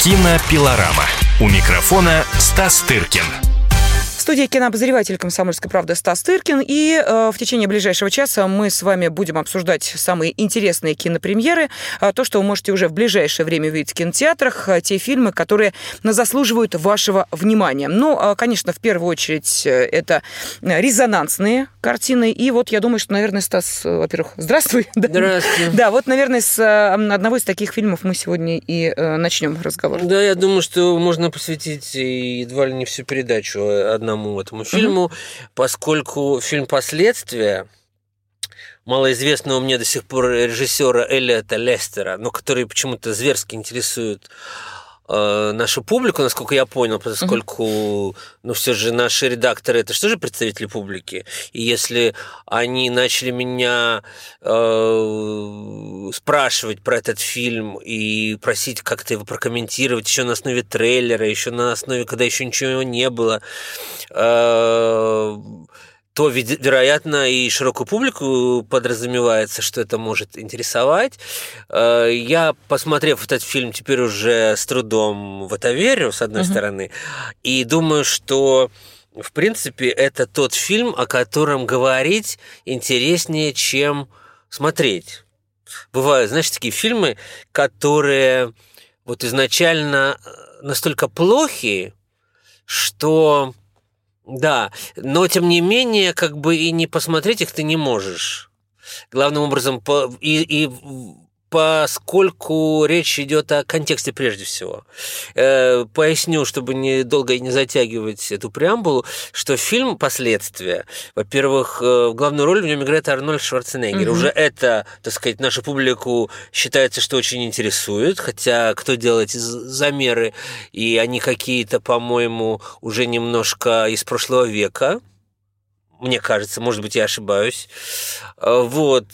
Кинопилорама. У микрофона Стас Тыркин. В студии кинообозреватель «Комсомольской правды» Стас Тыркин. И в течение ближайшего часа мы с вами будем обсуждать самые интересные кинопремьеры, то, что вы можете уже в ближайшее время увидеть в кинотеатрах, те фильмы, которые заслуживают вашего внимания. Ну, конечно, в первую очередь это резонансные картины. И вот я думаю, что, наверное, Стас, во-первых, здравствуй. Здравствуйте. Да, вот, наверное, с одного из таких фильмов мы сегодня и начнем разговор. Да, я думаю, что можно посвятить едва ли не всю передачу одному этому фильму, поскольку фильм «Последствия» малоизвестного мне до сих пор режиссера Эллиота Лестера, но который почему-то зверски интересует нашу публику, насколько я понял, поскольку, все же наши редакторы, это что же представители публики? И если они начали меня спрашивать про этот фильм и просить как-то его прокомментировать еще на основе трейлера, еще на основе, когда еще ничего не было, то, вероятно, и широкую публику подразумевается, что это может интересовать. Я, посмотрев этот фильм, теперь уже с трудом в это верю, с одной стороны, и думаю, что, в принципе, это тот фильм, о котором говорить интереснее, чем смотреть. Бывают, знаешь, такие фильмы, которые вот изначально настолько плохи, что... Да, но тем не менее, как бы и не посмотреть их ты не можешь. Главным образом, поскольку речь идет о контексте прежде всего. Поясню, чтобы долго и не затягивать эту преамбулу, что фильм «Последствия», во-первых, главную роль в нем играет Арнольд Шварценеггер. Уже это, так сказать, нашу публику считается, что очень интересует, хотя кто делает замеры, и они какие-то, по-моему, уже немножко из прошлого века. Мне кажется, может быть, я ошибаюсь. Вот.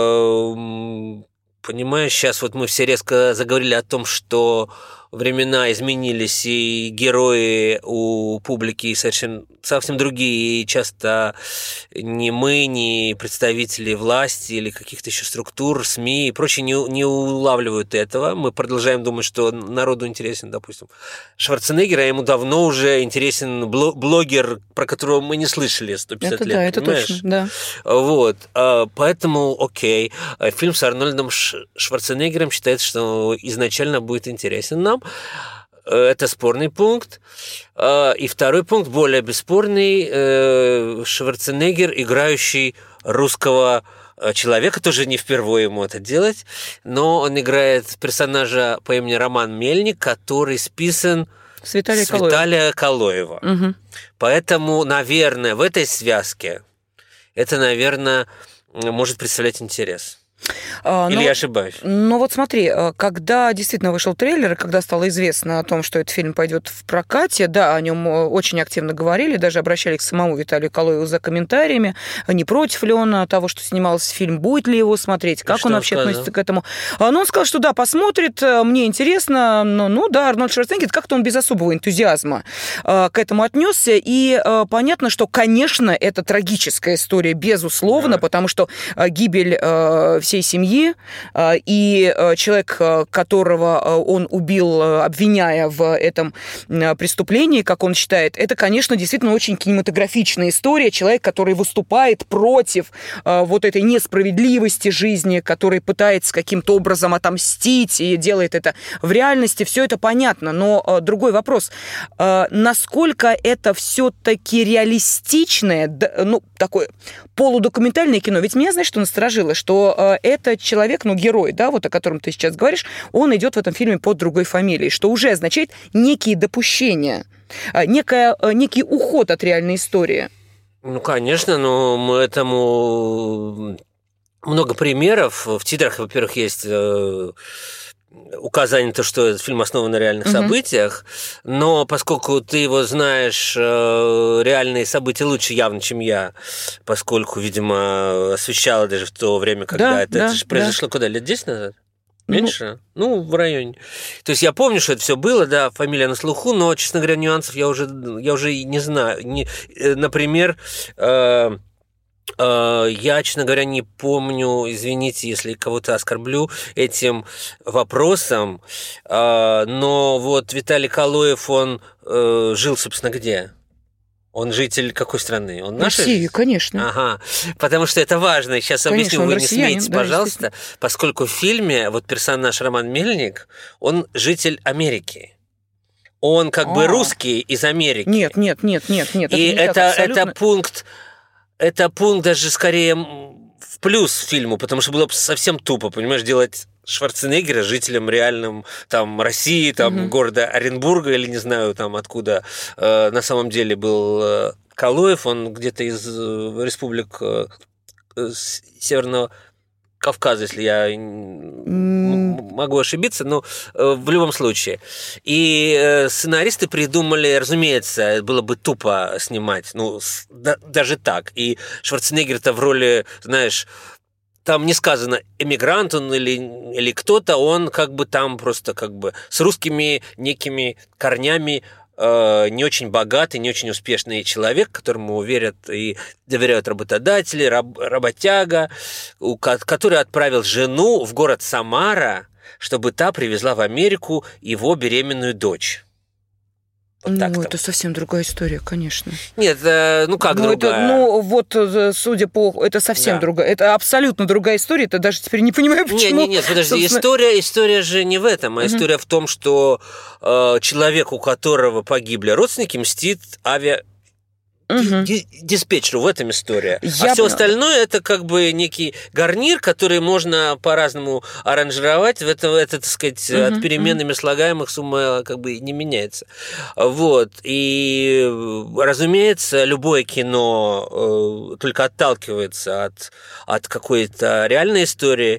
Понимаешь, сейчас вот мы все резко заговорили о том, что времена изменились, и герои у публики совсем другие, и часто ни мы, ни представители власти или каких-то еще структур, СМИ и прочее не улавливают этого. Мы продолжаем думать, что народу интересен, допустим, Шварценеггер, а ему давно уже интересен блогер, про которого мы не слышали 150 это лет. Да, это понимаешь? точно, да. Вот, поэтому, окей, фильм с Арнольдом Шварценеггером считается, что изначально будет интересен нам. Это спорный пункт. И второй пункт, более бесспорный, Шварценеггер, играющий русского человека, тоже не впервые ему это делать, но он играет персонажа по имени Роман Мельник, который списан с Виталия Калоева. Угу. Поэтому, наверное, в этой связке это, наверное, может представлять интерес. Или я ошибаюсь? Ну вот смотри, когда действительно вышел трейлер, и когда стало известно о том, что этот фильм пойдет в прокате, да, о нем очень активно говорили, даже обращались к самому Виталию Калоеву за комментариями, не против ли он того, что снимался фильм, будет ли его смотреть, как он вообще относится к этому. Но он сказал, что да, посмотрит, мне интересно, ну да, Арнольд Шварценеггер, как-то он без особого энтузиазма к этому отнесся, и понятно, что, конечно, это трагическая история, безусловно, потому что гибель всей семьи, и человек, которого он убил, обвиняя в этом преступлении, как он считает, это, конечно, действительно очень кинематографичная история. Человек, который выступает против вот этой несправедливости жизни, который пытается каким-то образом отомстить и делает это в реальности. Все это понятно, но другой вопрос. Насколько это все-таки реалистичное, такое полудокументальное кино? Ведь меня, знаешь, что насторожило? Что этот человек, герой, да, вот о котором ты сейчас говоришь, он идет в этом фильме под другой фамилией, что уже означает некие допущения, некий уход от реальной истории. Ну, конечно, но мы этому много примеров. В титрах, во-первых, есть указание на то, что этот фильм основан на реальных событиях, но поскольку ты его знаешь, реальные события лучше явно, чем я, поскольку, видимо, освещала даже в то время, когда это же произошло, куда, лет 10 назад? Меньше? В районе. То есть я помню, что это все было, да, фамилия на слуху, но, честно говоря, нюансов я уже не знаю. Например, Я, честно говоря, не помню, извините, если кого-то оскорблю этим вопросом, но вот Виталий Калоев, он жил, собственно, где? Он житель какой страны? Он нашей? России, конечно. Ага, потому что это важно. Сейчас Конечно, объясню, вы не россиянин, смейтесь, да, пожалуйста, поскольку в фильме вот персонаж Роман Мельник, он житель Америки. Он как бы русский из Америки. Нет. И это пункт даже скорее в плюс фильму, потому что было бы совсем тупо, понимаешь, делать Шварценеггера жителем реальным там России, там города Оренбурга или не знаю там откуда на самом деле был Калоев, он где-то из республик Северного Кавказа, если я могу ошибиться, но в любом случае. И сценаристы придумали, разумеется, было бы тупо снимать, даже так. И Шварценеггер-то в роли, знаешь, там не сказано, эмигрант он или кто-то, он как бы там просто как бы с русскими некими корнями, не очень богатый, не очень успешный человек, которому верят и доверяют работодатели, работяга, который отправил жену в город Самара, чтобы та привезла в Америку его беременную дочь. Вот это совсем другая история, конечно. Нет, как другая? Судя по... Это совсем другая. Это абсолютно другая история. Это даже теперь не понимаю, почему. Нет, подожди. История же не в этом. А история в том, что человек, у которого погибли родственники, мстит диспетчеру. В этом история. А все остальное это как бы некий гарнир, который можно по-разному аранжировать. Это так сказать, от переменными слагаемых сумма как бы не меняется. Вот. И, разумеется, любое кино только отталкивается от какой-то реальной истории.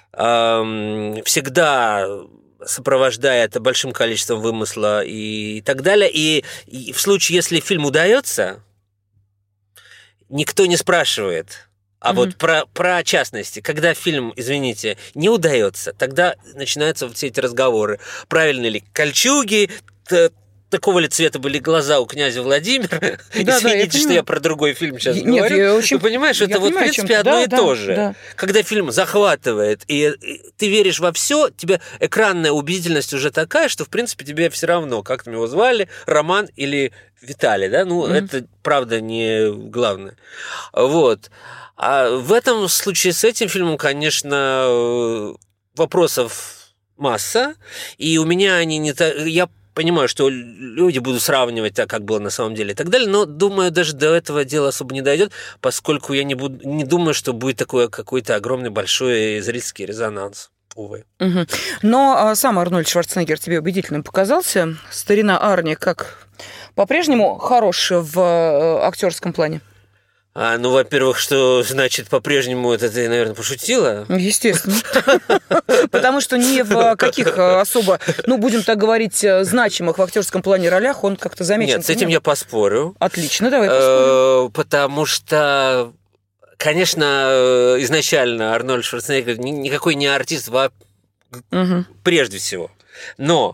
Всегда сопровождая это большим количеством вымысла и так далее. И в случае, если фильм удается, никто не спрашивает. А вот про частности, когда фильм, извините, не удается, тогда начинаются вот все эти разговоры. Правильные ли кольчуги, такого ли цвета были глаза у князя Владимира. Извините, что я про другой фильм сейчас говорю. Ты понимаешь, это вот в принципе одно и то же. Да. Когда фильм захватывает, и ты веришь во все, тебе экранная убедительность уже такая, что в принципе тебе все равно, как там его звали, Роман или Виталий, да? Это правда не главное. Вот. А в этом случае с этим фильмом, конечно, вопросов масса, и у меня они не так... Я понимаю, что люди будут сравнивать так, как было на самом деле и так далее, но, думаю, даже до этого дела особо не дойдет, поскольку я не думаю, что будет такой какой-то огромный большой зрительский резонанс. Увы. Но сам Арнольд Шварценеггер тебе убедительным показался. Старина Арни как по-прежнему хорош в актерском плане? Во-первых, что значит по-прежнему, это ты, наверное, пошутила? Естественно. Потому что ни в каких особо, будем так говорить, значимых в актерском плане ролях он как-то замечен. Нет, с этим я поспорю. Отлично, давай поспорим. Потому что, конечно, изначально Арнольд Шварценеггер никакой не артист прежде всего. Но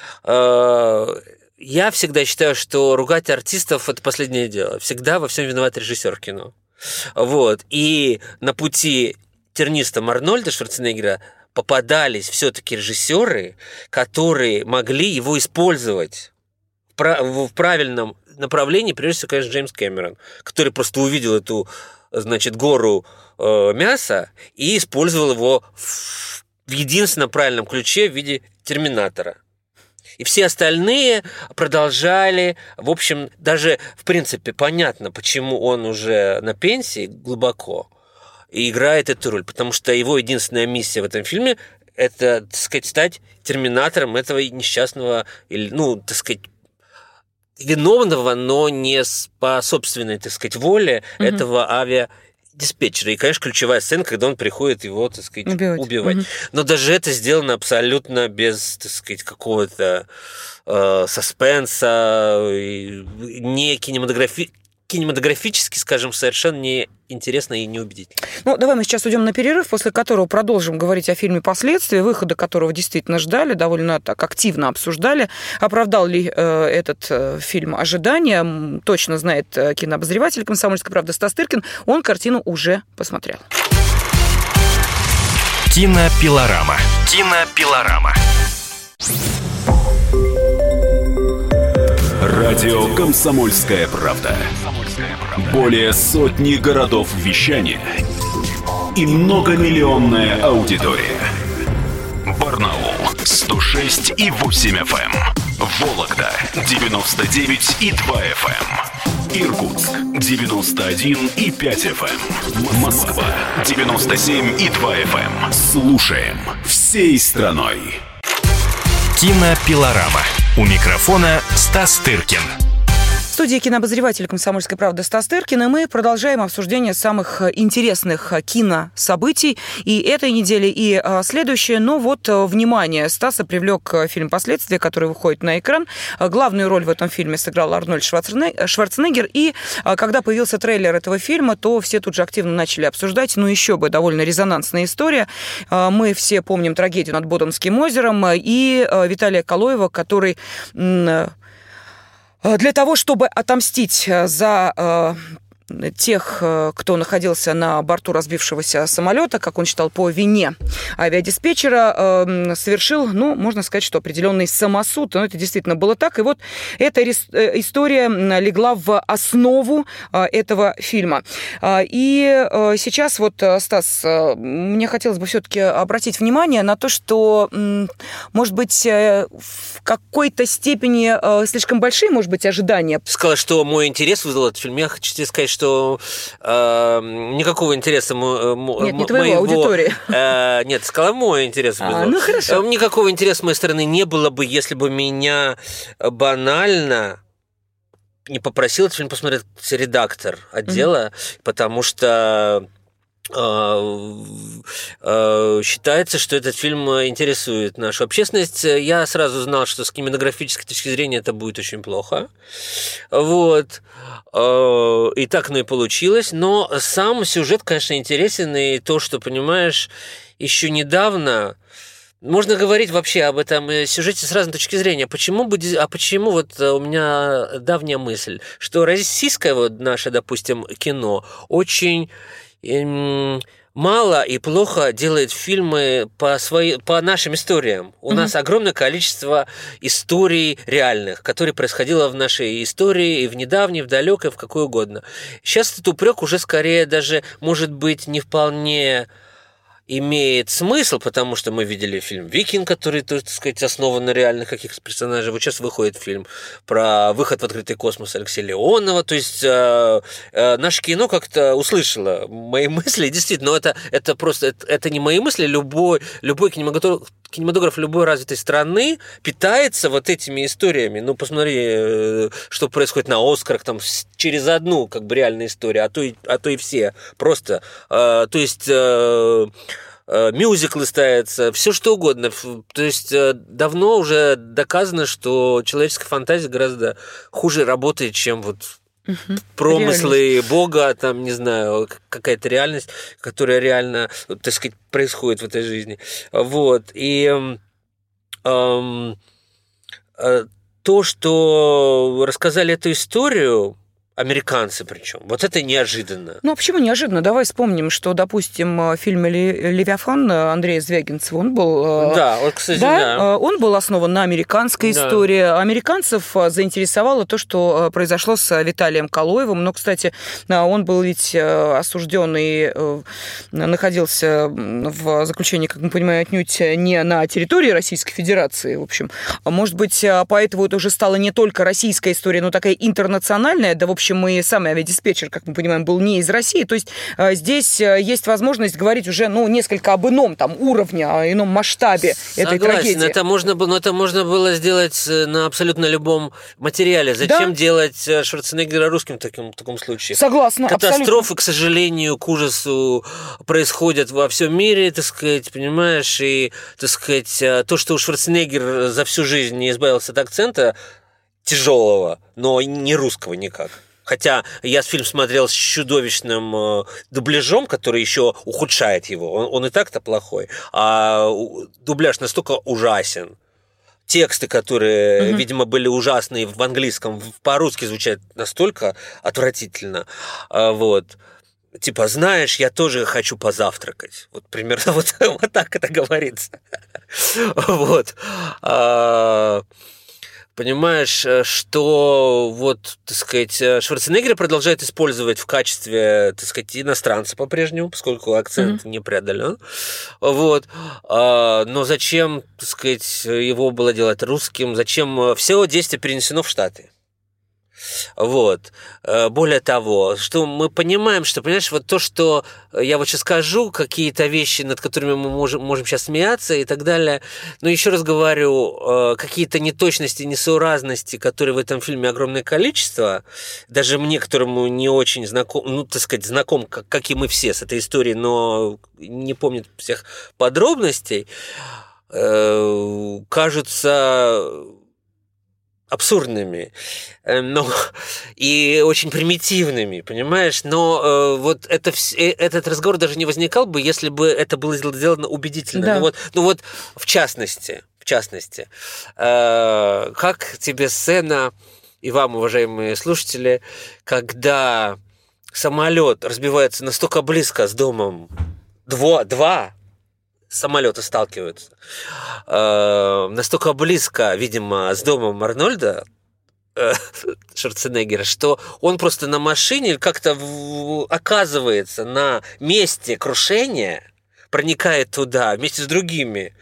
я всегда считаю, что ругать артистов – это последнее дело. Всегда во всем виноват режиссер кино. Вот. И на пути тернистом Арнольда Шварценеггера попадались все-таки режиссеры, которые могли его использовать в правильном направлении, прежде всего, конечно, Джеймс Кэмерон, который просто увидел эту, гору мяса и использовал его в единственном правильном ключе в виде «Терминатора». И все остальные продолжали, в общем, даже, в принципе, понятно, почему он уже на пенсии глубоко и играет эту роль, потому что его единственная миссия в этом фильме – это, так сказать, стать терминатором этого несчастного, виновного, но не по собственной, воле этого авиадиспетчера. И, конечно, ключевая сцена, когда он приходит его, убивать. Но даже это сделано абсолютно без, какого-то саспенса, не кинематографически, скажем, совершенно неинтересно и неубедительно. Ну, давай мы сейчас уйдем на перерыв, после которого продолжим говорить о фильме «Последствия», выхода которого действительно ждали, довольно так активно обсуждали. Оправдал ли этот фильм ожидания, точно знает кинообозреватель «Комсомольской правды» Стас Тыркин. Он картину уже посмотрел. Кинопилорама. Кинопилорама. Радио «Комсомольская правда». Более сотни городов вещания и многомиллионная аудитория. Барнаул 106,8 FM. Вологда 99,2 FM. Иркутск 91,5 FM. Москва 97,2 FM. Слушаем всей страной. Кинопилорама. У микрофона Стас Тыркин. В студии кинообозреватель «Комсомольской правды» Стас Тыркин, и мы продолжаем обсуждение самых интересных кинособытий и этой недели, и следующее. Но вот, внимание, Стаса привлек фильм «Последствия», который выходит на экран. Главную роль в этом фильме сыграл Арнольд Шварценеггер, и когда появился трейлер этого фильма, то все тут же активно начали обсуждать, ну еще бы, довольно резонансная история. Мы все помним трагедию над Боденским озером и Виталия Калоева, который... Для того, чтобы отомстить за тех, кто находился на борту разбившегося самолета, как он считал, по вине авиадиспетчера, совершил, ну, можно сказать, что определенный самосуд. Но это действительно было так. И вот эта история легла в основу этого фильма. И сейчас вот, Стас, мне хотелось бы все-таки обратить внимание на то, что, может быть, в какой-то степени слишком большие, может быть, ожидания. Ты сказала, что мой интерес вызвал этот фильм. Я хочу тебе сказать, что никакого интереса нет, не твоего, аудитории. Нет, сказала, мой интерес вызвал. Ну, хорошо. Никакого интереса с моей стороны не было бы, если бы меня банально не попросил этот фильм посмотреть редактор отдела, потому что считается, что этот фильм интересует нашу общественность. Я сразу знал, что с кинематографической точки зрения это будет очень плохо. Вот. И так оно и получилось. Но сам сюжет, конечно, интересен. И то, что, понимаешь, еще недавно... Можно говорить вообще об этом сюжете с разной точки зрения. Почему вот у меня давняя мысль, что российское вот наше, допустим, кино очень... мало и плохо делает фильмы по нашим историям. У нас огромное количество историй реальных, которые происходило в нашей истории и в недавней, в далекой, в какой угодно. Сейчас этот упрек уже скорее даже, может быть, не вполне имеет смысл, потому что мы видели фильм «Викинг», который, так сказать, основан на реальных каких-то персонажах. Вот сейчас выходит фильм про выход в открытый космос Алексея Леонова. То есть наше кино как-то услышало мои мысли. Действительно, но это просто это не мои мысли. Любой кинематограф любой развитой страны питается вот этими историями. Ну, посмотри, что происходит на «Оскарах», там, через одну, как бы, реальную историю, а то и все. Просто, то есть... мюзиклы ставятся, все что угодно. То есть давно уже доказано, что человеческая фантазия гораздо хуже работает, чем вот промыслы реальность. Бога, там, не знаю, какая-то реальность, которая реально, так сказать, происходит в этой жизни. Вот. И то, что рассказали эту историю, американцы причем. Вот это неожиданно. Ну, а почему неожиданно? Давай вспомним, что, допустим, в фильме «Левиафан» Андрея Звягинцева, он был... Да, вот, кстати, да. Он был основан на американской истории. Американцев заинтересовало то, что произошло с Виталием Калоевым. Но, кстати, он был ведь осужден и находился в заключении, как мы понимаем, отнюдь не на территории Российской Федерации. В общем, может быть, поэтому это уже стала не только российская история, но такая интернациональная. Да, в общем, и сам авиадиспетчер, как мы понимаем, был не из России. То есть здесь есть возможность говорить уже, ну, несколько об ином там уровне, о ином масштабе этой трагедии. Согласен, это можно было сделать на абсолютно любом материале. Зачем делать Шварценеггера русским в таком случае? Согласна, катастрофы, абсолютно. К сожалению, к ужасу происходят во всем мире, так сказать, понимаешь, и, так сказать, то, что Шварценеггер за всю жизнь не избавился от акцента тяжелого, но не русского никак. Хотя я фильм смотрел с чудовищным дубляжом, который еще ухудшает его. Он и так-то плохой, а дубляж настолько ужасен. Тексты, которые, видимо, были ужасные в английском, по-русски звучат настолько отвратительно. Вот. Типа, знаешь, я тоже хочу позавтракать. Вот примерно вот так это говорится. Вот. Понимаешь, что вот, так сказать, Шварценеггера продолжает использовать в качестве, так сказать, иностранца по-прежнему, поскольку акцент не преодолен. Вот. Но зачем, так сказать, его было делать русским? Зачем? Все действие перенесено в Штаты. Вот. Более того, что мы понимаем, что, понимаешь, вот то, что я вот сейчас скажу, какие-то вещи, над которыми мы можем сейчас смеяться и так далее, но еще раз говорю, какие-то неточности, несуразности, которые в этом фильме огромное количество, даже мне, которому не очень знаком, ну, так сказать, знаком, как и мы все с этой историей, но не помнит всех подробностей, кажутся абсурдными, но и очень примитивными, понимаешь? Но вот этот разговор даже не возникал бы, если бы это было сделано убедительно. Да. Ну вот в частности, как тебе сцена, и вам, уважаемые слушатели, когда самолет разбивается настолько близко с домом, два самолеты сталкиваются настолько близко, видимо, с домом Арнольда Шварценеггера, что он просто на машине как-то оказывается на месте крушения, проникает туда вместе с другими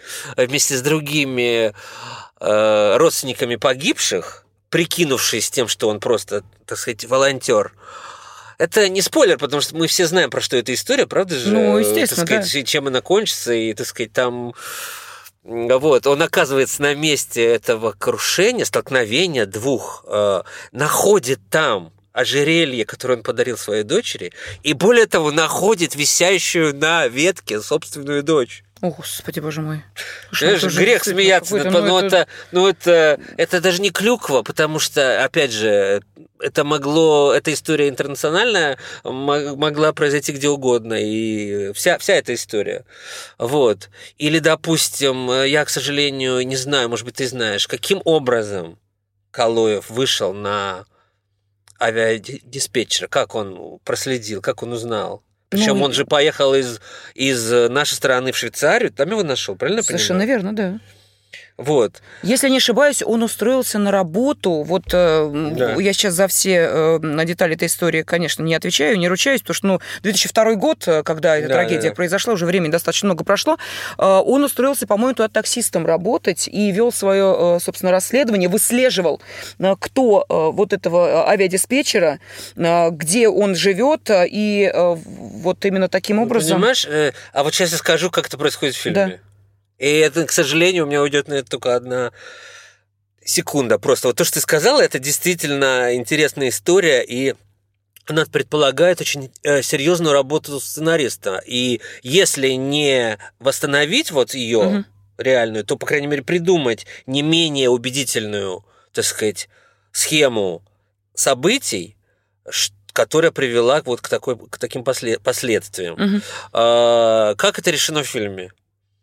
родственниками погибших, прикинувшись тем, что он просто, так сказать, волонтер. Это не спойлер, потому что мы все знаем, про что эта история, правда же? Ну, естественно, так сказать, чем она кончится, и, так сказать, там... Вот, он оказывается на месте этого крушения, столкновения двух, находит там ожерелье, которое он подарил своей дочери, и более того, находит висящую на ветке собственную дочь. О, Господи, боже мой. Знаешь, грех смеяться, это даже не клюква, потому что, опять же, эта история интернациональная могла произойти где угодно, и вся эта история. Вот. Или, допустим, я, к сожалению, не знаю, может быть, ты знаешь, каким образом Калоев вышел на авиадиспетчера, как он проследил, как он узнал. Причем он же поехал из нашей страны в Швейцарию, там его нашел, правильно я понимаю? Совершенно верно, да. Вот. Если не ошибаюсь, он устроился на работу. Вот да. Я сейчас за все детали этой истории, конечно, не отвечаю, не ручаюсь, потому что 2002 год, когда эта трагедия произошла, уже времени достаточно много прошло, он устроился, по-моему, туда таксистом работать и вел свое, собственно, расследование, выслеживал, кто вот этого авиадиспетчера, где он живет, и вот именно таким образом... Понимаешь, а вот сейчас я скажу, как это происходит в фильме. Да. И это, к сожалению, у меня уйдет на это только одна секунда. Просто вот то, что ты сказала, это действительно интересная история, и она предполагает очень серьезную работу сценариста. И если не восстановить вот ее реальную, то, по крайней мере, придумать не менее убедительную, так сказать, схему событий, которая привела вот к таким последствиям. Как это решено в фильме?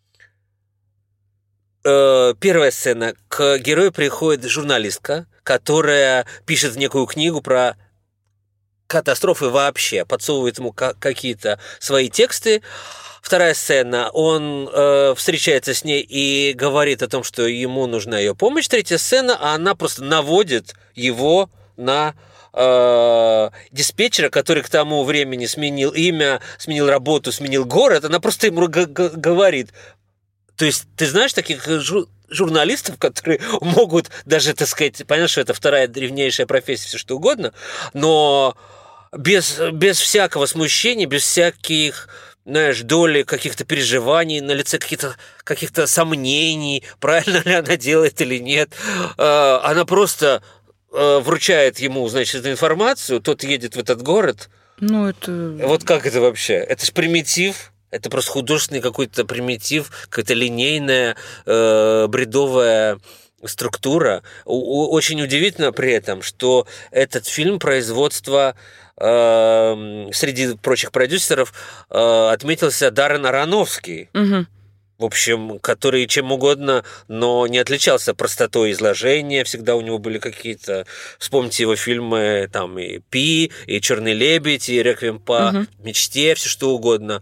Первая сцена. К герою приходит журналистка, которая пишет некую книгу про катастрофы вообще, подсовывает ему какие-то свои тексты. Вторая сцена. Он встречается с ней и говорит о том, что ему нужна ее помощь. Третья сцена. Она просто наводит его на диспетчера, который к тому времени сменил имя, сменил работу, сменил город. Она просто ему говорит... То есть ты знаешь таких журналистов, которые могут даже, так сказать, понятно, что это вторая древнейшая профессия, все что угодно, но без всякого смущения, без всяких, знаешь, доли каких-то переживаний, на лице каких-то сомнений, правильно ли она делает или нет, она просто вручает ему, значит, эту информацию, тот едет в этот город. Ну, это... Вот как это вообще? Это ж примитив. Это просто художественный какой-то примитив, какая-то линейная, бредовая структура. Очень удивительно при этом, что этот фильм производства среди прочих продюсеров отметился Даррен Аронофский. Угу. В общем, который чем угодно, но не отличался простотой изложения. Всегда у него были какие-то... Вспомните его фильмы, там, и «Пи», и «Черный лебедь», и «Реквием по мечте», все что угодно.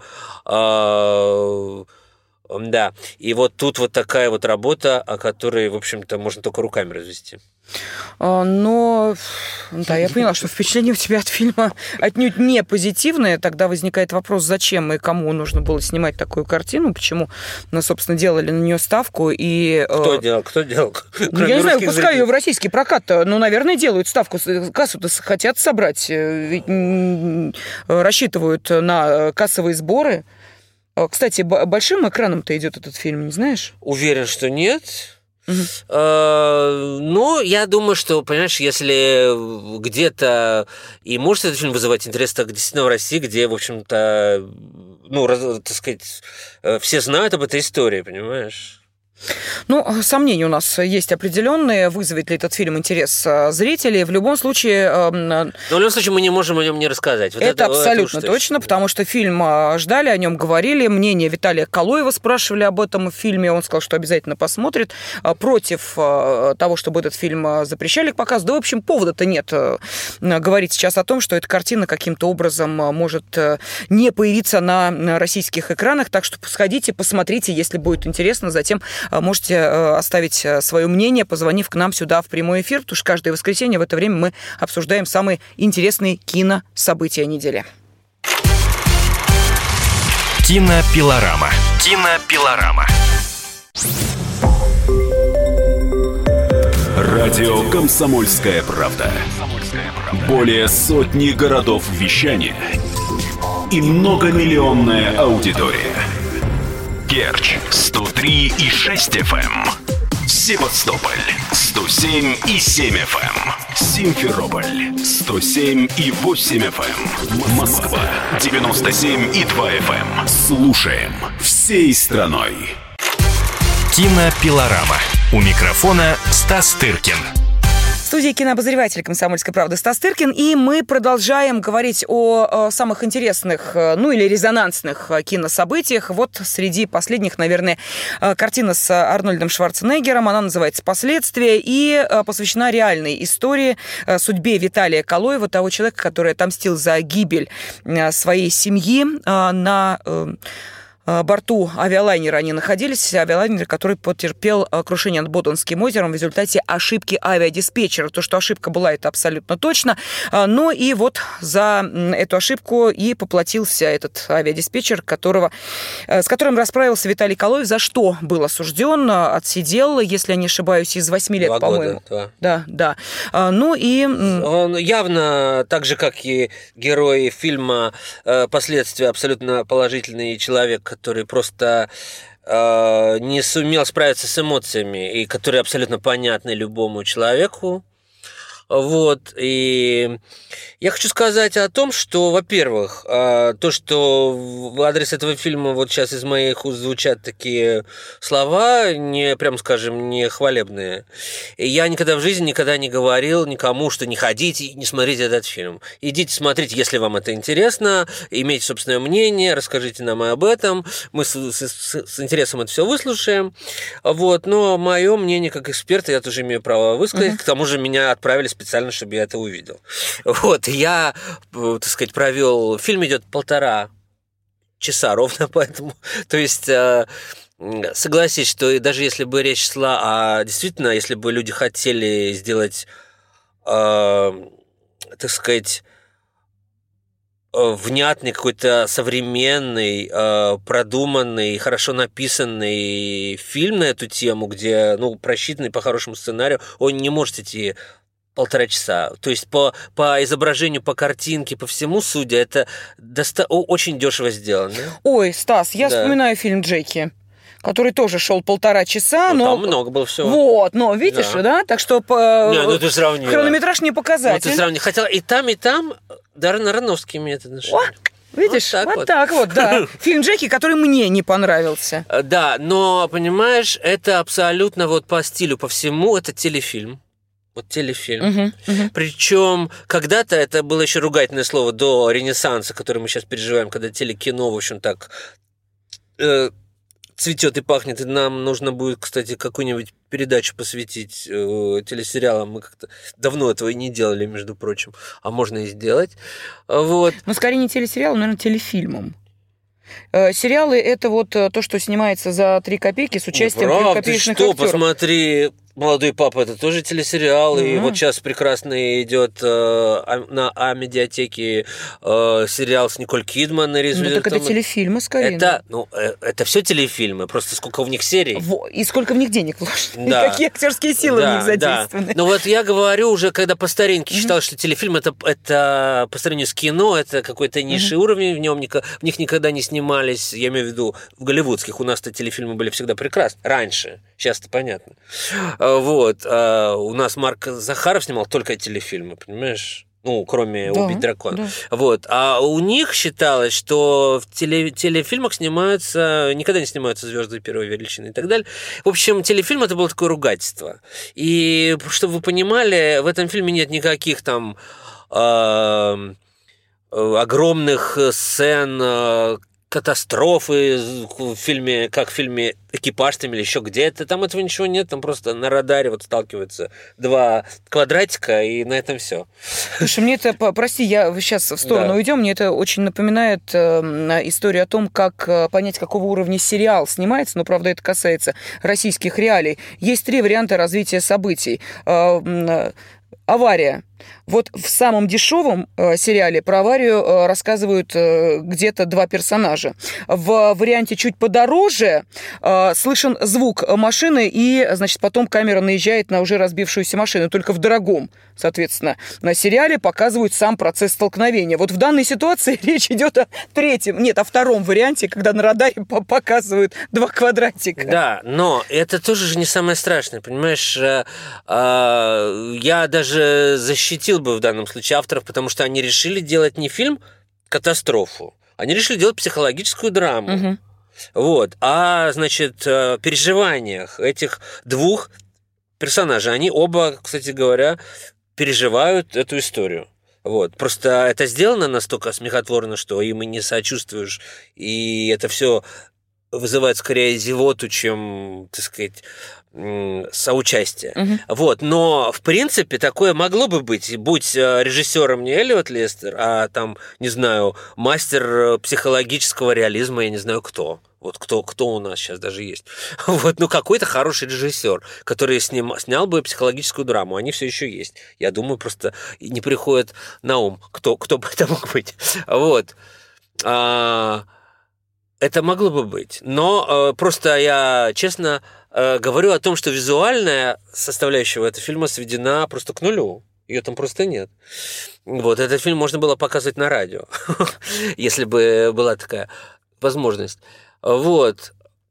Да. И вот тут вот такая вот работа, о которой, в общем-то, можно только руками развести. Но, да, я поняла, что впечатление у тебя от фильма отнюдь не позитивное. Тогда возникает вопрос, зачем и кому нужно было снимать такую картину, почему, ну, собственно, делали на нее ставку. И, Кто делал? Ну, я не знаю, пускай ее в российский прокат, ну, наверное, делают ставку, кассу-то хотят собрать, ведь рассчитывают на кассовые сборы. Кстати, большим экраном-то идет этот фильм, не знаешь? Уверен, что нет. Но я думаю, что, понимаешь, если где-то и может этот фильм вызывать интерес, так действительно в России, где, в общем-то, ну, так сказать, все знают об этой истории, понимаешь? Ну, сомнения у нас есть определенные, вызовет ли этот фильм интерес зрителей. В любом случае... Но в любом случае мы не можем о нем не рассказать. Вот это абсолютно точно, потому что фильм ждали, о нем говорили. Мнение Виталия Калоева спрашивали об этом в фильме. Он сказал, что обязательно посмотрит. Против того, чтобы этот фильм запрещали к показу. Да, в общем, повода-то нет говорить сейчас о том, что эта картина каким-то образом может не появиться на российских экранах. Так что сходите, посмотрите, если будет интересно. Затем можете оставить свое мнение, позвонив к нам сюда в прямой эфир, потому что каждое воскресенье в это время мы обсуждаем самые интересные кинособытия недели. Кинопилорама. Кинопилорама. Радио «Комсомольская правда». Более сотни городов вещания и многомиллионная аудитория. Керчь 103,6 FM, Севастополь 107,7 FM, Симферополь 107,8 FM, Москва 97,2 FM. Слушаем всей страной. Кинопилорама. У микрофона Стас Тыркин. В студии кинообозреватель «Комсомольской правды» Стас Тыркин, и мы продолжаем говорить о самых интересных, ну или резонансных кинособытиях. Вот среди последних, наверное, картина с Арнольдом Шварценеггером, она называется «Последствия» и посвящена реальной истории, судьбе Виталия Калоева, того человека, который отомстил за гибель своей семьи на... борту авиалайнера они находились, авиалайнер, который потерпел крушение над Боденским озером в результате ошибки авиадиспетчера. То, что ошибка была, это абсолютно точно. Но и вот за эту ошибку и поплатился этот авиадиспетчер, с которым расправился Виталий Калоев, за что был осужден, отсидел, если я не ошибаюсь, из 8 лет, 2 по-моему. года, 2. Да. Ну и... Он явно, так же, как и герой фильма «Последствия», абсолютно положительный человек, который просто не сумел справиться с эмоциями, и который абсолютно понятный любому человеку. Вот, и я хочу сказать о том, что, во-первых, то, что в адрес этого фильма вот сейчас из моих уст звучат такие слова, не, прям скажем, не хвалебные. И я никогда в жизни не говорил никому, что не ходите и не смотрите этот фильм. Идите смотрите, если вам это интересно, имейте собственное мнение, расскажите нам об этом, мы с интересом это все выслушаем. Вот, но мое мнение как эксперта я тоже имею право высказать, к тому же меня отправили специально, чтобы я это увидел. Вот, я, так сказать, провел... Фильм идет 1,5 часа ровно, поэтому... То есть, согласись, что даже если бы речь шла действительно, если бы люди хотели сделать, так сказать, внятный, какой-то современный, продуманный, хорошо написанный фильм на эту тему, где, просчитанный по хорошему сценарию, он не может идти 1,5 часа. То есть по изображению, по картинке, по всему, судя, это очень дешево сделано. Ой, Стас, я вспоминаю фильм «Джеки», который тоже шел 1,5 часа, но... Там много было всего. Вот, но видишь, да? Так что ты сравнила. Хронометраж не показатель. Ты сравнила. Хотя и там Даррен Аронофский имеет отношение. Видишь, вот так вот, да. Фильм Джеки, который мне не понравился. Да, но, понимаешь, это абсолютно вот по стилю, по всему, это телефильм. Вот телефильм. Причем когда-то это было еще ругательное слово до Ренессанса, который мы сейчас переживаем, когда телекино, в общем, так цветет и пахнет. И нам нужно будет, кстати, какую-нибудь передачу посвятить телесериалам. Мы как-то давно этого и не делали, между прочим. А можно и сделать. Вот. Но скорее не телесериалом, наверное, телефильмом. Сериалы – это вот то, что снимается за 3 копейки с участием трехкопеечных актеров. Посмотри, «Молодой папа» – это тоже телесериал, и вот сейчас прекрасно идет на медиатеке сериал с Николь Кидман. Ну, так это телефильмы, скорее. Это все телефильмы, просто сколько в них серий. И сколько в них денег вложено, и какие актерские силы в них задействованы. Но вот я говорю уже, когда по старинке считал, что телефильм это по сравнению с кино, это какой-то низший уровень, в них никогда не снимались, я имею в виду в голливудских, у нас-то телефильмы были всегда прекрасны, раньше, сейчас-то понятно. Вот, у нас Марк Захаров снимал только телефильмы, понимаешь? Ну, кроме «Убить дракона». Да. Вот. А у них считалось, что в телефильмах никогда не снимаются звезды первой величины и так далее. В общем, телефильм это было такое ругательство. И, чтобы вы понимали, в этом фильме нет никаких там огромных сцен, катастрофы в фильме, как в фильме «Экипаж» там, или еще где-то. Там этого ничего нет, там просто на радаре вот сталкиваются 2 квадратика, и на этом все. Слушай, мне это, прости, я сейчас в сторону уйдем, мне это очень напоминает историю о том, как понять, какого уровня сериал снимается, но, правда, это касается российских реалий. Есть 3 варианта развития событий. Авария. Вот в самом дешевом сериале про аварию рассказывают где-то 2 персонажа. В варианте чуть подороже слышен звук машины, и, значит, потом камера наезжает на уже разбившуюся машину. Только в дорогом, соответственно, на сериале показывают сам процесс столкновения. Вот в данной ситуации речь идет о 2-м варианте, когда на радаре показывают 2 квадратика. Да, но это тоже же не самое страшное, понимаешь? Я даже защитил бы в данном случае авторов, потому что они решили делать не фильм-катастрофу, они решили делать психологическую драму. Вот. А, значит, переживаниях этих 2 персонажей, они оба, кстати говоря, переживают эту историю. Вот. Просто это сделано настолько смехотворно, что им и не сочувствуешь, и это все вызывает скорее зевоту, чем, так сказать, соучастие. Вот. Но, в принципе, такое могло бы быть. Будь режиссером не Эллиот Лестер, а там, не знаю, мастер психологического реализма, я не знаю кто. Вот кто у нас сейчас даже есть. Вот, ну, какой-то хороший режиссер, который снял бы психологическую драму. Они все еще есть. Я думаю, просто не приходит на ум, кто бы это мог быть. Вот. Это могло бы быть. Но просто я, честно, говорю о том, что визуальная составляющая этого фильма сведена просто к нулю. Ее там просто нет. Вот, этот фильм можно было показывать на радио, если бы была такая возможность. Вот.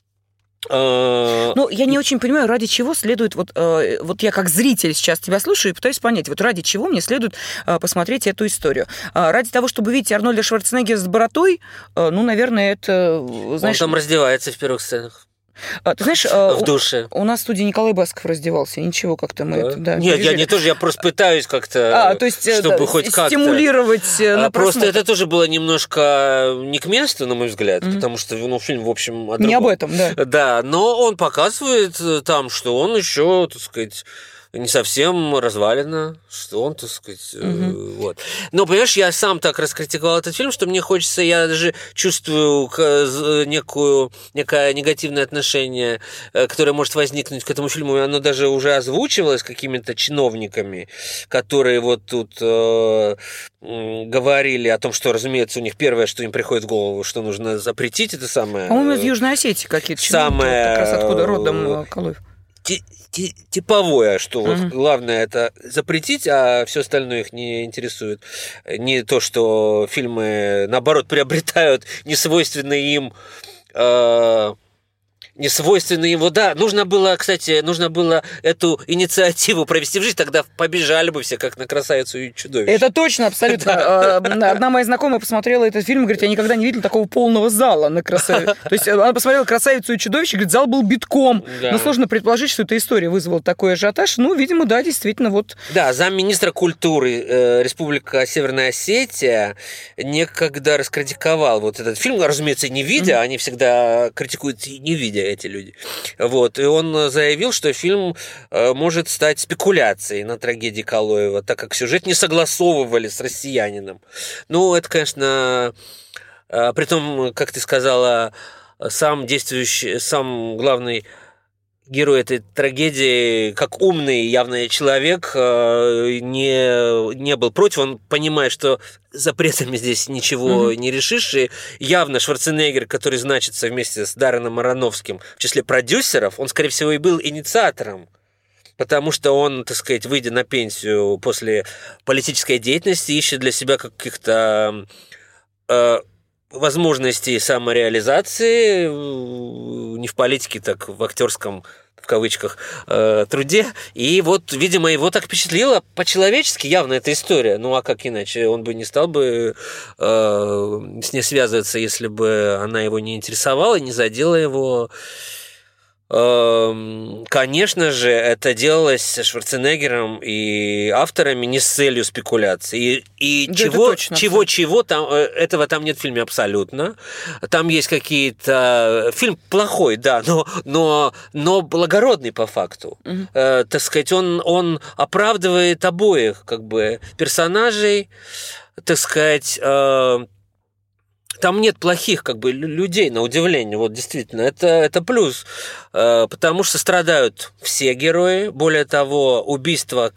Ну, я не очень понимаю, ради чего следует, вот я как зритель сейчас тебя слушаю и пытаюсь понять, вот ради чего мне следует посмотреть эту историю. Ради того, чтобы видеть Арнольда Шварценеггера с боротой, ну, наверное, это, знаешь... Он там раздевается в первых сценах. Ты знаешь, в душе. У нас в студии Николай Басков раздевался, ничего как-то мы это... Да, нет, я просто пытаюсь как-то, то есть, чтобы хоть как-то... стимулировать на просто просмотр. это тоже было немножко не к месту, на мой взгляд, потому что фильм, в общем, о другом. Не об этом, да. Да, но он показывает там, что он еще, так сказать... не совсем развалено, что он, так сказать, вот. Но, понимаешь, я сам так раскритиковал этот фильм, что мне хочется, я даже чувствую некое негативное отношение, которое может возникнуть к этому фильму, и оно даже уже озвучивалось какими-то чиновниками, которые вот тут говорили о том, что, разумеется, у них первое, что им приходит в голову, что нужно запретить это самое... По-моему, из Южной Осетии какие-то чиновники, как раз откуда родом Калуев. Типовое, что вот главное это запретить, а все остальное их не интересует. Не то, что фильмы, наоборот, приобретают несвойственные им не свойственны ему, да. Нужно было эту инициативу провести в жизнь, тогда побежали бы все, как на «Красавицу и чудовище». Это точно, абсолютно. Одна моя знакомая посмотрела этот фильм и говорит, я никогда не видела такого полного зала на «Красавицу». То есть она посмотрела «Красавицу и чудовище», говорит, зал был битком. Да. Но сложно предположить, что эта история вызвала такой ажиотаж. Ну, видимо, да, действительно, вот. Да, замминистра культуры Республика Северная Осетия некогда раскритиковал вот этот фильм, разумеется, не видя, они всегда критикуют и не видя, эти люди. Вот. И он заявил, что фильм может стать спекуляцией на трагедии Калоева, так как сюжет не согласовывали с россиянином. Ну, это, конечно, притом, как ты сказала, сам главный герой этой трагедии, как умный явный человек, не был против. Он понимает, что запретами здесь ничего не решишь. И явно Шварценеггер, который значится вместе с Дарреном Аронофским в числе продюсеров, он, скорее всего, и был инициатором. Потому что он, так сказать, выйдя на пенсию после политической деятельности, ищет для себя каких-то возможностей самореализации не в политике, так в актерском, в кавычках, труде. И вот, видимо, его так впечатлила по-человечески явно эта история. Ну, а как иначе? Он бы не стал бы с ней связываться, если бы она его не интересовала, не задела его. Конечно же, это делалось Шварценеггером и авторами не с целью спекуляции. И да, чего там, этого там нет в фильме абсолютно. Там есть какие-то... Фильм плохой, да, но благородный по факту. Так сказать, он оправдывает обоих как бы персонажей, так сказать... Там нет плохих как бы людей, на удивление. Вот действительно, это плюс. Потому что страдают все герои. Более того, убийство,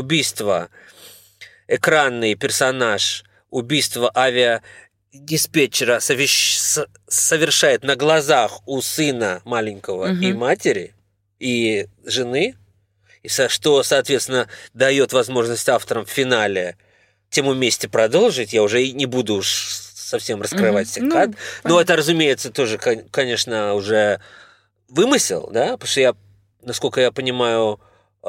экранный персонаж, убийство авиадиспетчера совершает на глазах у сына маленького и матери, и жены, что, соответственно, дает возможность авторам в финале тему мести продолжить. Я уже не буду уж совсем раскрывать всех карт. Но это, разумеется, тоже, конечно, уже вымысел, да, потому что насколько я понимаю,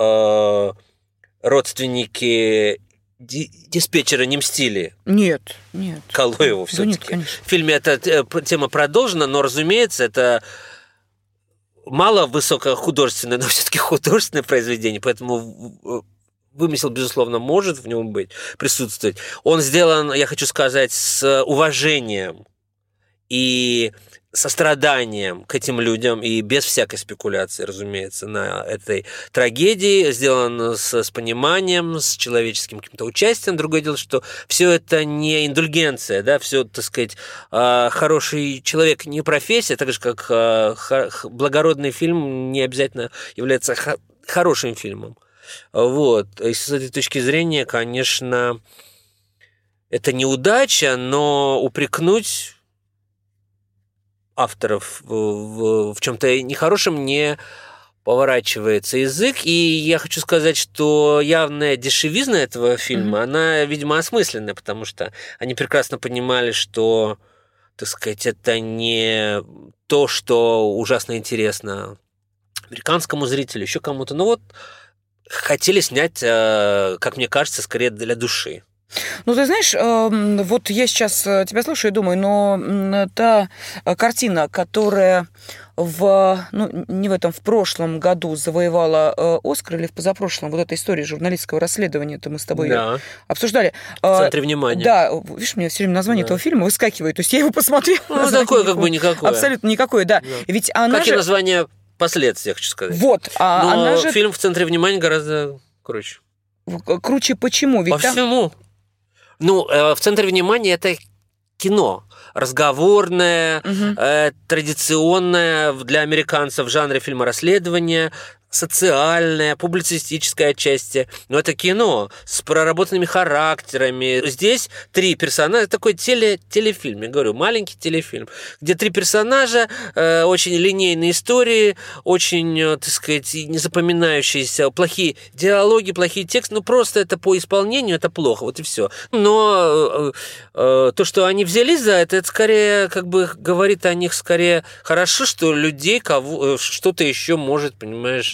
родственники диспетчера не мстили. Нет. Калоеву все-таки. Да, в фильме эта тема продолжена, но, разумеется, это мало высокохудожественное, но все-таки художественное произведение, поэтому вымысел, безусловно, может в нем присутствовать. Он сделан, я хочу сказать, с уважением и состраданием к этим людям и без всякой спекуляции, разумеется, на этой трагедии. Сделан с пониманием, с человеческим каким-то участием. Другое дело, что все это не индульгенция, да, все, так сказать, хороший человек не профессия, так же, как благородный фильм не обязательно является хорошим фильмом. Вот. И с этой точки зрения, конечно, это неудача, но упрекнуть авторов в чем-то нехорошем не поворачивается язык. И я хочу сказать, что явная дешевизна этого фильма, она, видимо, осмысленная, потому что они прекрасно понимали, что, так сказать, это не то, что ужасно интересно американскому зрителю, еще кому-то. Но вот хотели снять, как мне кажется, скорее для души. Ну, ты знаешь, вот я сейчас тебя слушаю и думаю, но та картина, которая в прошлом году завоевала Оскар, или в позапрошлом, вот эта история журналистского расследования, это мы с тобой обсуждали. В центре внимания. Да, видишь, у меня все время название этого фильма выскакивает, то есть я его посмотрела. Ну, такое как бы никакое. Абсолютно никакое, да. Ведь она как и название последствия, хочу сказать. Вот. Но она же... фильм в центре внимания гораздо круче. Круче почему? Ведь всему. Ну, в центре внимания это кино. Разговорное, традиционное для американцев в жанре фильма расследования. социальное, публицистическое отчасти, но это кино с проработанными характерами. Здесь 3 персонажа, такой телефильм, я говорю, маленький телефильм, где 3 персонажа, очень линейные истории, очень, так сказать, незапоминающиеся, плохие диалоги, плохие тексты, ну просто это по исполнению, это плохо, вот и все. Но то, что они взялись за это скорее, как бы, говорит о них скорее хорошо, что людей что-то еще может, понимаешь,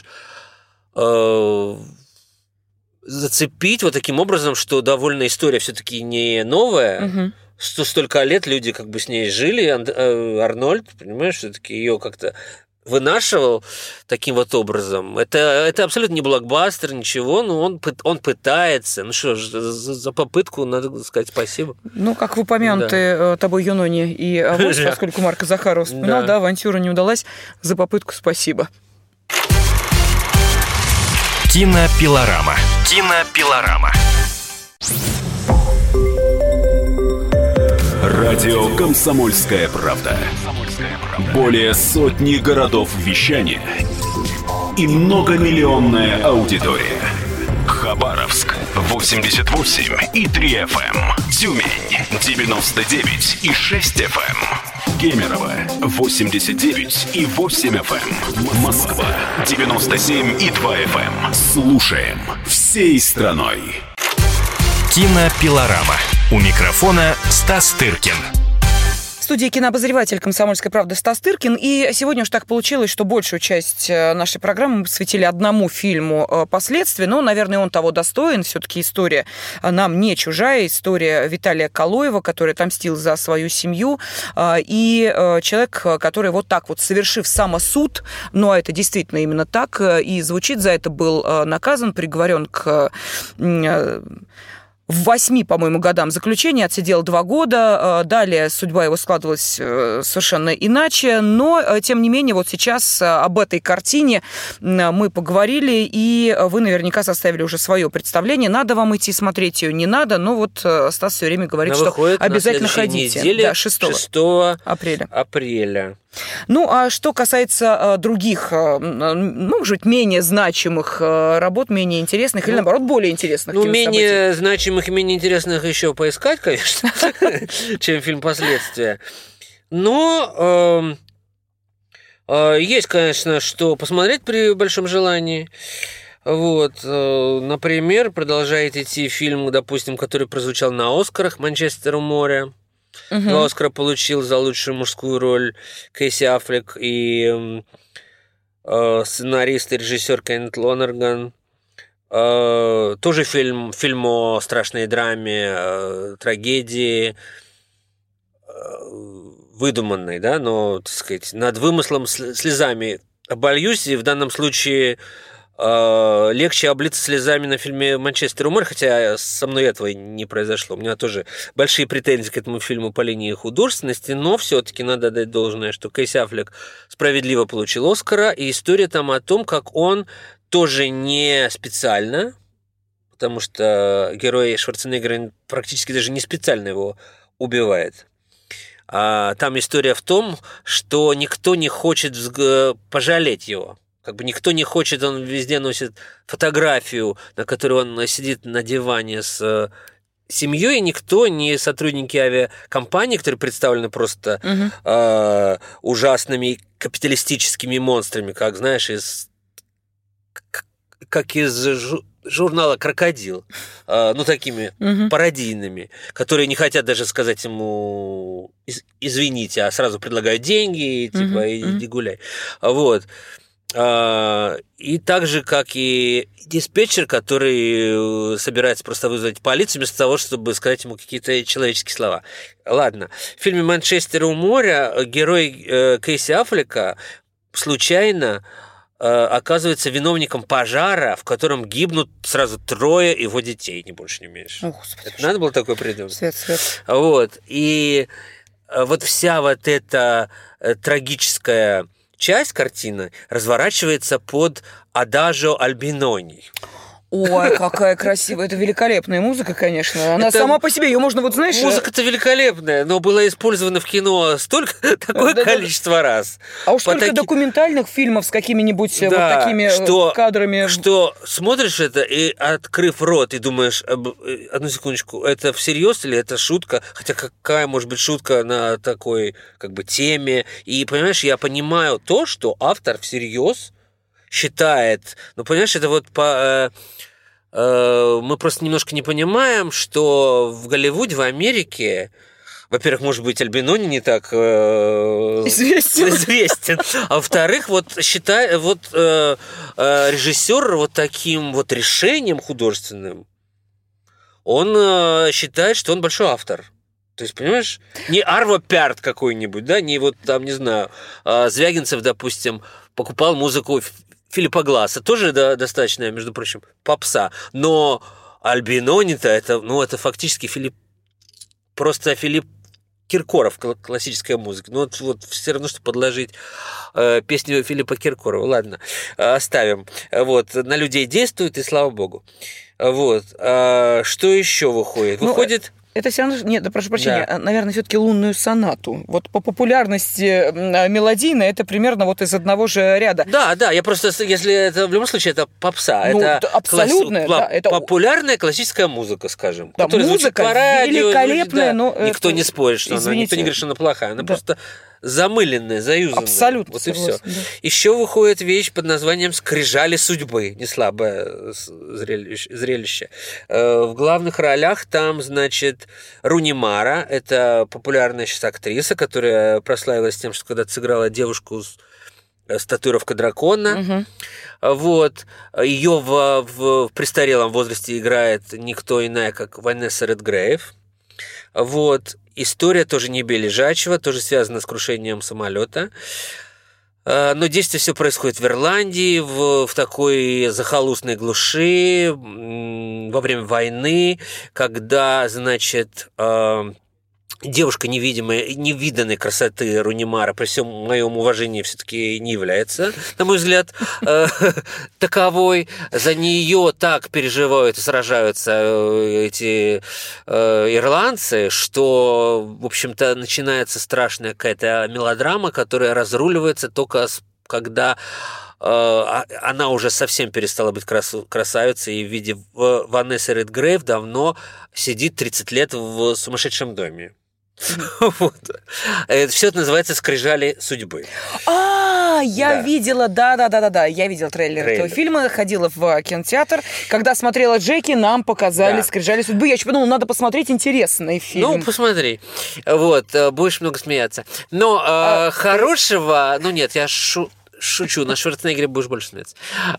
зацепить вот таким образом, что довольно история все-таки не новая, что столько лет люди как бы с ней жили, Арнольд, понимаешь, все-таки ее как-то вынашивал таким вот образом. Это абсолютно не блокбастер, ничего, но он пытается. Ну что ж, за попытку надо сказать спасибо. Ну, как в упомянутой тобой Юноне и Авось, поскольку Марко Захаров вспоминал, да, авантюра не удалась, за попытку спасибо. Кинопилорама. Кинопилорама. Радио «Комсомольская правда». Более сотни городов вещания и многомиллионная аудитория. Хабаровск 88,3 FM. Тюмень 99,6 FM. Кемерово 89,8 FM. Москва 97,2 FM. Слушаем всей страной. Кинопилорама. У микрофона Стас Тыркин. В студии кинообозреватель «Комсомольской правды» Стас Тыркин. И сегодня уж так получилось, что большую часть нашей программы мы посвятили одному фильму «Последствия». Но, наверное, он того достоин. Все-таки история нам не чужая. История Виталия Калоева, который отомстил за свою семью. И человек, который вот так вот, совершив самосуд, ну, а это действительно именно так, и звучит, за это был наказан, приговорен к... в 8, по-моему, годам заключения, отсидел 2 года. Далее судьба его складывалась совершенно иначе. Но, тем не менее, вот сейчас об этой картине мы поговорили, и вы наверняка составили уже свое представление. Надо вам идти смотреть ее, не надо. Но вот Стас все время говорит, что обязательно ходите. Неделе, да, 6 апреля. Ну, а что касается других, может быть, менее значимых работ, менее интересных, или, наоборот, более интересных кинособытий? Менее значимых и менее интересных еще поискать, конечно, чем фильм «Последствия». Но есть, конечно, что посмотреть при большом желании. Вот, например, продолжает идти фильм, допустим, который прозвучал на «Оскарах», «Манчестер у моря». 2 Оскара получил за лучшую мужскую роль Кейси Аффлек и сценарист и режиссер Кеннет Лонерган. Тоже фильм о страшной драме, трагедии, выдуманной, да, но, так сказать, над вымыслом слезами обольюсь, и в данном случае легче облиться слезами на фильме «Манчестер у моря», хотя со мной этого не произошло. У меня тоже большие претензии к этому фильму по линии художественности, но все-таки надо дать должное, что Кейси Аффлек справедливо получил Оскара, и история там о том, как он тоже не специально, потому что герой Шварценеггера практически даже не специально его убивает. Там история в том, что никто не хочет пожалеть его. Как бы никто не хочет, он везде носит фотографию, на которой он сидит на диване с семьей, и никто, не сотрудники авиакомпании, которые представлены просто ужасными капиталистическими монстрами, как, знаешь, как из журнала «Крокодил», такими пародийными, которые не хотят даже сказать ему «извините», а сразу предлагают деньги, типа «иди гуляй». Вот. И так же, как и диспетчер, который собирается просто вызвать полицию вместо того, чтобы сказать ему какие-то человеческие слова. Ладно. В фильме «Манчестер у моря» герой Кейси Аффлека случайно оказывается виновником пожара, в котором гибнут сразу 3 его детей, ни больше, ни меньше. Господи, это надо было такое придумать? Свет. Вот. И вот вся вот эта трагическая часть картины разворачивается под «Адажио Альбинони». Ой, какая красивая. Это великолепная музыка, конечно. Она Это сама по себе, ее можно, вот знаешь... Музыка-то великолепная, но была использована в кино такое количество раз. А уж только документальных фильмов с какими-нибудь вот такими кадрами. Что смотришь это и, открыв рот, и думаешь, одну секундочку, это всерьез или это шутка? Хотя какая может быть шутка на такой как бы теме? И, понимаешь, я понимаю то, что автор всерьез считает, ну, понимаешь, это вот мы просто немножко не понимаем, что в Голливуде, в Америке, во-первых, может быть, Альбинони не так известен, а во-вторых, вот режиссер вот таким вот решением художественным, он считает, что он большой автор. То есть, понимаешь, не Арво Пярт какой-нибудь, да, не вот там, не знаю, Звягинцев, допустим, покупал музыку Филиппа Гласса, тоже достаточно, между прочим, попса, но Альбинони-то это фактически Филипп Киркоров, классическая музыка. Ну вот все равно, что подложить песню Филиппа Киркорова. Ладно, оставим. Вот, на людей действует, и слава богу. Вот. Что еще выходит? Выходит... Это все равно... Нет, да, прошу прощения, да. Наверное, все-таки «Лунную сонату». Вот по популярности мелодийно это примерно вот из одного же ряда. Да, я просто... Если это... В любом случае, это попса. Ну, это абсолютная, да. Это... популярная классическая музыка, скажем. Да, которая музыка по радио, великолепная, но... Никто не спорит, что Извините. она... Никто не говорит, что она плохая. Она просто... замыленная, заюзанная. Абсолютно. Вот и согласна, все. Да. Еще выходит вещь под названием «Скрижали судьбы». Не слабое зрелище. В главных ролях там, значит, Руни Мара. Это популярная сейчас актриса, которая прославилась тем, что когда-то сыграла девушку с татуировкой дракона. Угу. Вот. Ее в престарелом возрасте играет никто иная, как Ванесса Редгрейв. Вот. История тоже не лежачего, тоже связана с крушением самолета. Но действие все происходит в Ирландии, в такой захолустной глуши, во время войны, когда, значит, девушка невиданной красоты Руни Мара, при всем моем уважении, все-таки не является, на мой взгляд, таковой. За нее так переживают и сражаются эти ирландцы, что, в общем-то, начинается страшная какая-то мелодрама, которая разруливается только когда она уже совсем перестала быть красавицей, и в виде Ванессы Редгрейв давно сидит 30 лет в сумасшедшем доме. Вот. Все это называется «Скрижали судьбы». Я видела, да, я видела трейлер этого фильма, ходила в кинотеатр. Когда смотрела Джеки, нам показали «Скрижали судьбы». Я еще подумала, надо посмотреть интересный фильм. Ну, посмотри. Вот, будешь много смеяться. Но хорошего... Ну, нет, я шучу, на Шварценеггере будешь больше смеяться.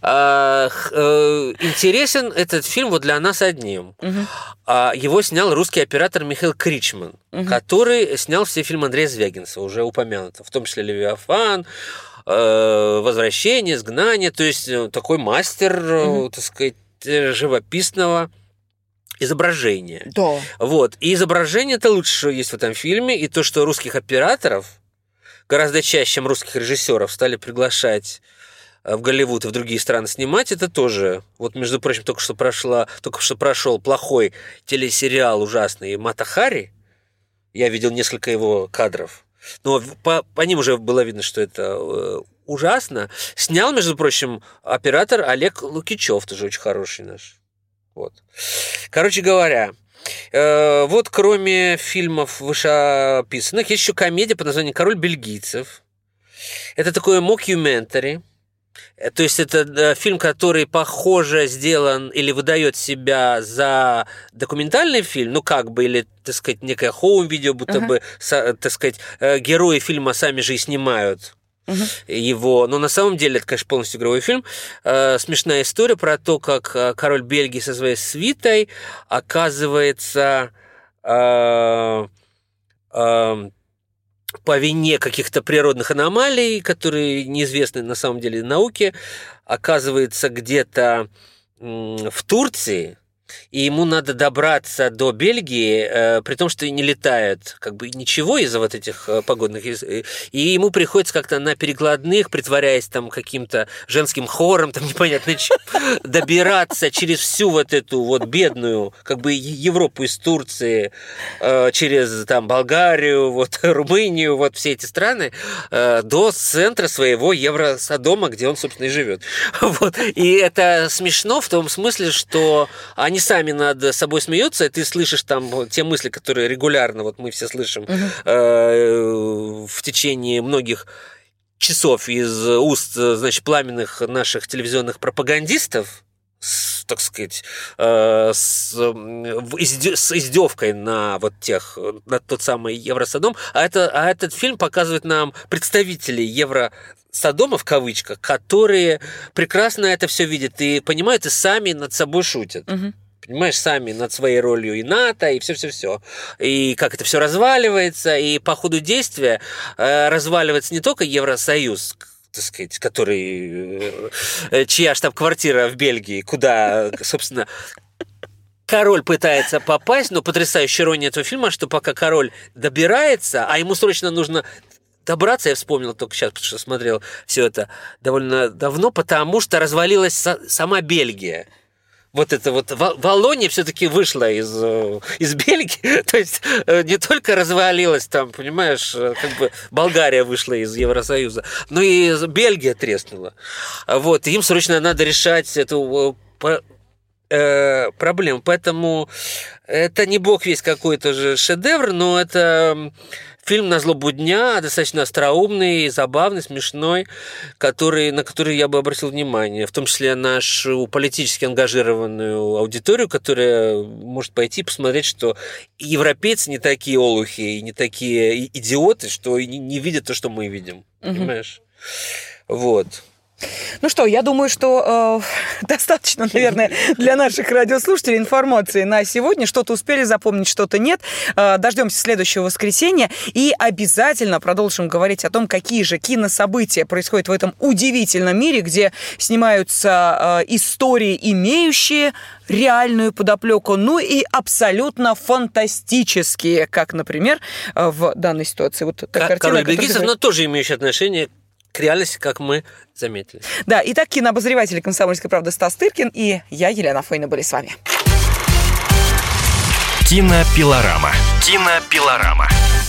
Интересен этот фильм вот для нас одним. Его снял русский оператор Михаил Кричман, который снял все фильмы Андрея Звягинцева, уже упомянутого, в том числе «Левиафан», «Возвращение», «Изгнание». То есть такой мастер, так сказать, живописного изображения. Да. Вот. И изображение это лучше, что есть в этом фильме, и то, что русских операторов гораздо чаще, чем русских режиссеров, стали приглашать в Голливуд и в другие страны снимать, это тоже. Вот, между прочим, только что прошел плохой телесериал ужасный «Мата Хари». Я видел несколько его кадров. Но по ним уже было видно, что это ужасно. Снял, между прочим, оператор Олег Лукичев, тоже очень хороший наш. Вот. Короче говоря, вот кроме фильмов вышеописанных, есть еще комедия под названием «Король бельгийцев». Это такое мокюментари. То есть это фильм, который похоже сделан или выдает себя за документальный фильм, ну как бы, или, так сказать, некое хоум-видео, будто бы, так сказать, герои фильма сами же и снимают его. Но на самом деле это, конечно, полностью игровой фильм. Смешная история про то, как король Бельгии со своей свитой оказывается по вине каких-то природных аномалий, которые неизвестны на самом деле науке, оказывается где-то в Турции, и ему надо добраться до Бельгии, при том, что и не летает ничего из-за вот этих погодных, и ему приходится как-то на перекладных, притворяясь там каким-то женским хором, там непонятно чем, добираться через всю вот эту вот бедную Европу из Турции, через там Болгарию, вот Румынию, вот все эти страны, до центра своего Евросодома, где он, собственно, и живет. Вот. И это смешно в том смысле, что они сами над собой смеются, и ты слышишь там те мысли, которые регулярно вот мы все слышим в течение многих часов из уст, значит, пламенных наших телевизионных пропагандистов, так сказать, с издевкой на на тот самый Евросодом, а этот фильм показывает нам представителей Евросодома, в кавычках, которые прекрасно это все видят и понимают, и сами над собой шутят. Понимаешь, сами над своей ролью и НАТО, и все-все-все. И как это все разваливается, и по ходу действия разваливается не только Евросоюз, так сказать, чья штаб-квартира в Бельгии, куда, собственно, король пытается попасть, но потрясающая ирония этого фильма, что пока король добирается, а ему срочно нужно добраться, я вспомнил только сейчас, потому что смотрел все это довольно давно, потому что развалилась сама Бельгия. Вот эта вот Валлония все-таки вышла из Бельгии, то есть не только развалилась там, понимаешь, Болгария вышла из Евросоюза, но и Бельгия треснула. Вот, и им срочно надо решать эту проблему, поэтому это не бог весть какой-то же шедевр, но это фильм на злобу дня, достаточно остроумный, забавный, смешной, на который я бы обратил внимание, в том числе нашу политически ангажированную аудиторию, которая может пойти посмотреть, что европейцы не такие олухи и не такие идиоты, что не видят то, что мы видим. Понимаешь? Вот. Ну что, я думаю, что достаточно, наверное, для наших радиослушателей информации на сегодня. Что-то успели запомнить, что-то нет. Дождемся следующего воскресенья и обязательно продолжим говорить о том, какие же кинособытия происходят в этом удивительном мире, где снимаются истории, имеющие реальную подоплеку, ну и абсолютно фантастические, как, например, в данной ситуации. Вот та картина, «Король бельгийцев», но тоже имеющие отношение к реальности, как мы заметили. Да, итак, кинообозреватель «Комсомольской правды» Стас Тыркин и я, Елена Фойна, были с вами. Кинопилорама. Кинопилорама.